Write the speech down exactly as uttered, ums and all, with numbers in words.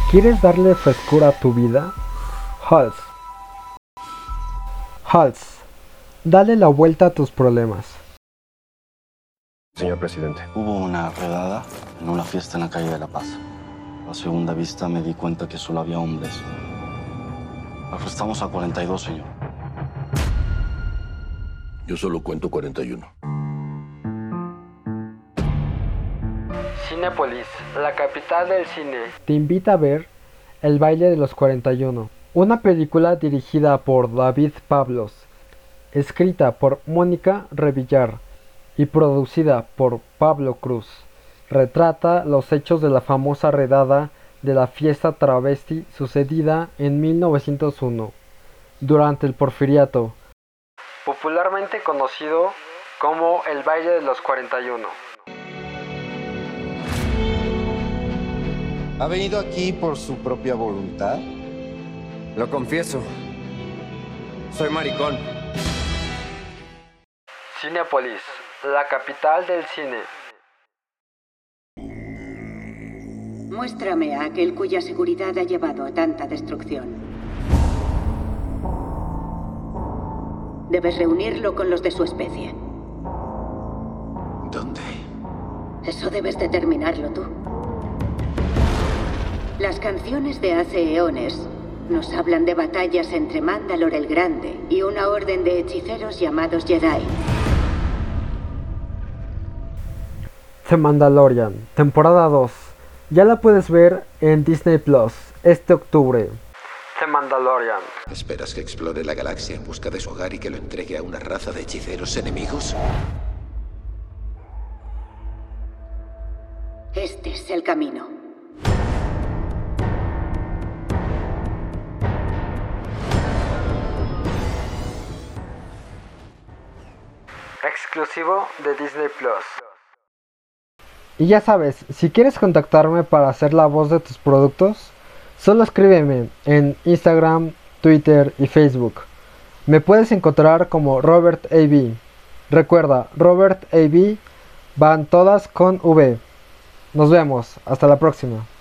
¿Quieres darle frescura a tu vida? Halls. Halls. Dale la vuelta a tus problemas. Señor presidente. Hubo una redada en una fiesta en la calle de La Paz. A segunda vista me di cuenta que solo había hombres. Arrestamos a cuarenta y dos, señor. Yo solo cuento cuarenta y uno. Cinépolis, la capital del cine, te invita a ver El baile de los cuarenta y uno, una película dirigida por David Pablos, escrita por Mónica Revillar y producida por Pablo Cruz. Retrata los hechos de la famosa redada de la fiesta travesti sucedida en mil novecientos uno, durante el Porfiriato, popularmente conocido como el baile de los cuarenta y uno. ¿Ha venido aquí por su propia voluntad? Lo confieso. Soy maricón. Cinépolis, la capital del cine. Muéstrame a aquel cuya seguridad ha llevado a tanta destrucción. Debes reunirlo con los de su especie. ¿Dónde? Eso debes determinarlo tú. Las canciones de hace eones nos hablan de batallas entre Mandalor el Grande y una orden de hechiceros llamados Jedi. The Mandalorian, temporada dos. Ya la puedes ver en Disney Plus este octubre. The Mandalorian. ¿Esperas que explore la galaxia en busca de su hogar y que lo entregue a una raza de hechiceros enemigos? Este es el camino. Exclusivo de Disney Plus. Y ya sabes, si quieres contactarme para hacer la voz de tus productos, solo escríbeme en Instagram, Twitter y Facebook. Me puedes encontrar como Robert A B. Recuerda, Robert A B van todas con V. Nos vemos, hasta la próxima.